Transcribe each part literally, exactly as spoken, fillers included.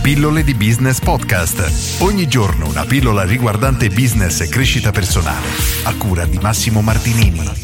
Pillole di Business Podcast. Ogni giorno una pillola riguardante business e crescita personale. A cura di Massimo Martinini.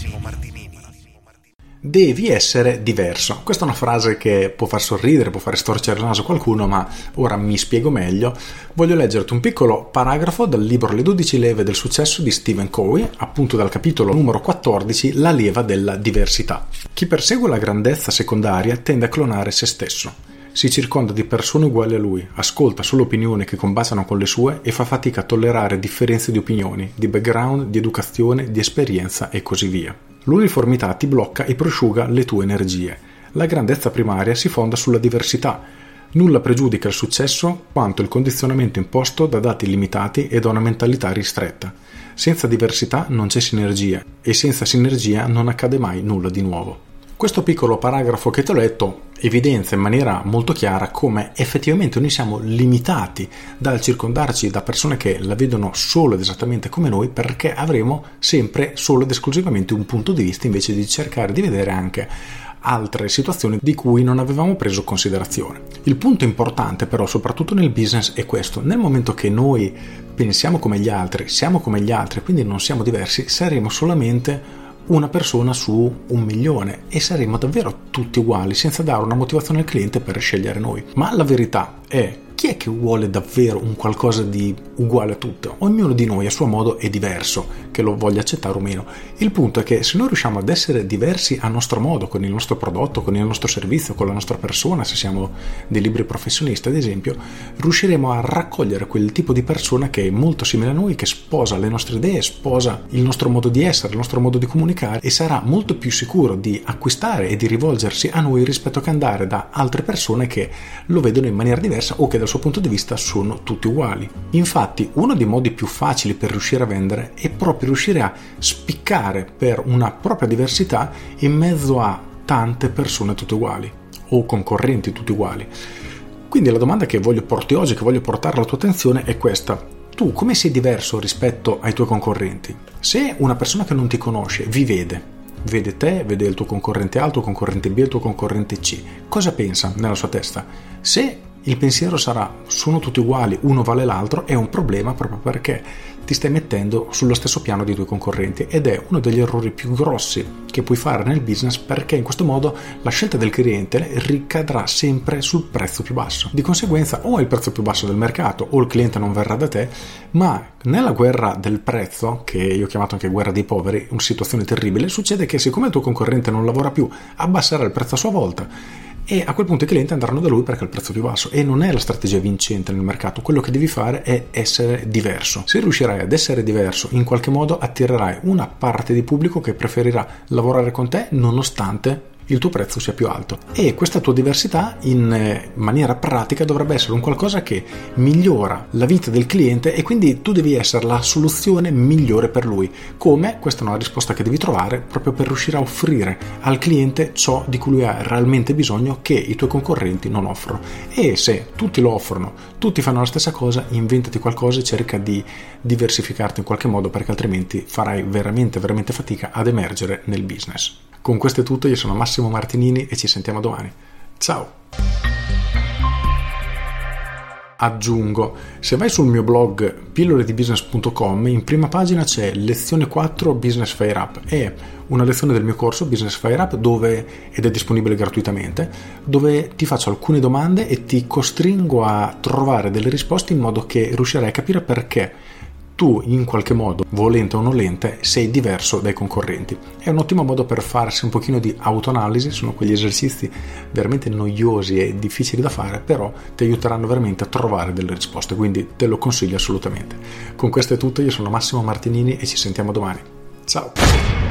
Devi essere diverso. Questa è una frase che può far sorridere, può fare storcere il naso a qualcuno, ma ora mi spiego meglio. Voglio leggerti un piccolo paragrafo dal libro Le dodici leve del successo di Stephen Covey, appunto dal capitolo numero quattordici, La leva della diversità. Chi persegue la grandezza secondaria tende a clonare se stesso. Si circonda di persone uguali a lui, ascolta solo opinioni che combaciano con le sue e fa fatica a tollerare differenze di opinioni, di background, di educazione, di esperienza e così via. L'uniformità ti blocca e prosciuga le tue energie. La grandezza primaria si fonda sulla diversità. Nulla pregiudica il successo quanto il condizionamento imposto da dati limitati e da una mentalità ristretta. Senza diversità non c'è sinergia e senza sinergia non accade mai nulla di nuovo. Questo piccolo paragrafo che ti ho letto evidenzia in maniera molto chiara come effettivamente noi siamo limitati dal circondarci da persone che la vedono solo ed esattamente come noi, perché avremo sempre solo ed esclusivamente un punto di vista invece di cercare di vedere anche altre situazioni di cui non avevamo preso considerazione. Il punto importante però soprattutto nel business è questo: nel momento che noi pensiamo come gli altri, siamo come gli altri, quindi non siamo diversi, saremo solamente una persona su un milione e saremo davvero tutti uguali senza dare una motivazione al cliente per scegliere noi. Ma la verità è: chi è che vuole davvero un qualcosa di uguale a tutto? Ognuno di noi a suo modo è diverso, che lo voglia accettare o meno. Il punto è che se noi riusciamo ad essere diversi a nostro modo, con il nostro prodotto, con il nostro servizio, con la nostra persona, se siamo dei liberi professionisti ad esempio, riusciremo a raccogliere quel tipo di persona che è molto simile a noi, che sposa le nostre idee, sposa il nostro modo di essere, il nostro modo di comunicare, e sarà molto più sicuro di acquistare e di rivolgersi a noi rispetto che andare da altre persone che lo vedono in maniera diversa o che dal suo punto di vista sono tutti uguali. Infatti, uno dei modi più facili per riuscire a vendere è proprio riuscire a spiccare per una propria diversità in mezzo a tante persone tutte uguali o concorrenti tutti uguali. Quindi la domanda che voglio porti oggi, che voglio portare alla tua attenzione è questa: tu come sei diverso rispetto ai tuoi concorrenti? Se una persona che non ti conosce vi vede, vede te, vede il tuo concorrente A, il tuo concorrente B, il tuo concorrente C, cosa pensa nella sua testa? Se il pensiero sarà sono tutti uguali, uno vale l'altro, è un problema proprio perché ti stai mettendo sullo stesso piano dei tuoi concorrenti, ed è uno degli errori più grossi che puoi fare nel business, perché in questo modo la scelta del cliente ricadrà sempre sul prezzo più basso. Di conseguenza o è il prezzo più basso del mercato o il cliente non verrà da te, ma nella guerra del prezzo, che io ho chiamato anche guerra dei poveri, una situazione terribile, succede che siccome il tuo concorrente non lavora più, abbasserà il prezzo a sua volta e a quel punto i clienti andranno da lui perché è il prezzo più basso, e non è la strategia vincente nel mercato. Quello che devi fare è essere diverso. Se riuscirai ad essere diverso, in qualche modo attirerai una parte di pubblico che preferirà lavorare con te nonostante il tuo prezzo sia più alto, e questa tua diversità in maniera pratica dovrebbe essere un qualcosa che migliora la vita del cliente, e quindi tu devi essere la soluzione migliore per lui. Come? Questa è una risposta che devi trovare proprio per riuscire a offrire al cliente ciò di cui lui ha realmente bisogno, che i tuoi concorrenti non offrono. E se tutti lo offrono, tutti fanno la stessa cosa, inventati qualcosa e cerca di diversificarti in qualche modo, perché altrimenti farai veramente veramente fatica ad emergere nel business. Con questo è tutto, io sono Massimo Martinini e ci sentiamo domani. Ciao! Aggiungo, se vai sul mio blog pillole di business punto com, in prima pagina c'è lezione quattro Business Fire Up, è una lezione del mio corso Business Fire Up, dove, ed è disponibile gratuitamente, dove ti faccio alcune domande e ti costringo a trovare delle risposte in modo che riuscirai a capire perché tu in qualche modo, volente o nolente, sei diverso dai concorrenti. È un ottimo modo per farsi un pochino di autoanalisi. Sono quegli esercizi veramente noiosi e difficili da fare, però ti aiuteranno veramente a trovare delle risposte, quindi te lo consiglio assolutamente. Con questo è tutto, io sono Massimo Martinini e ci sentiamo domani. Ciao!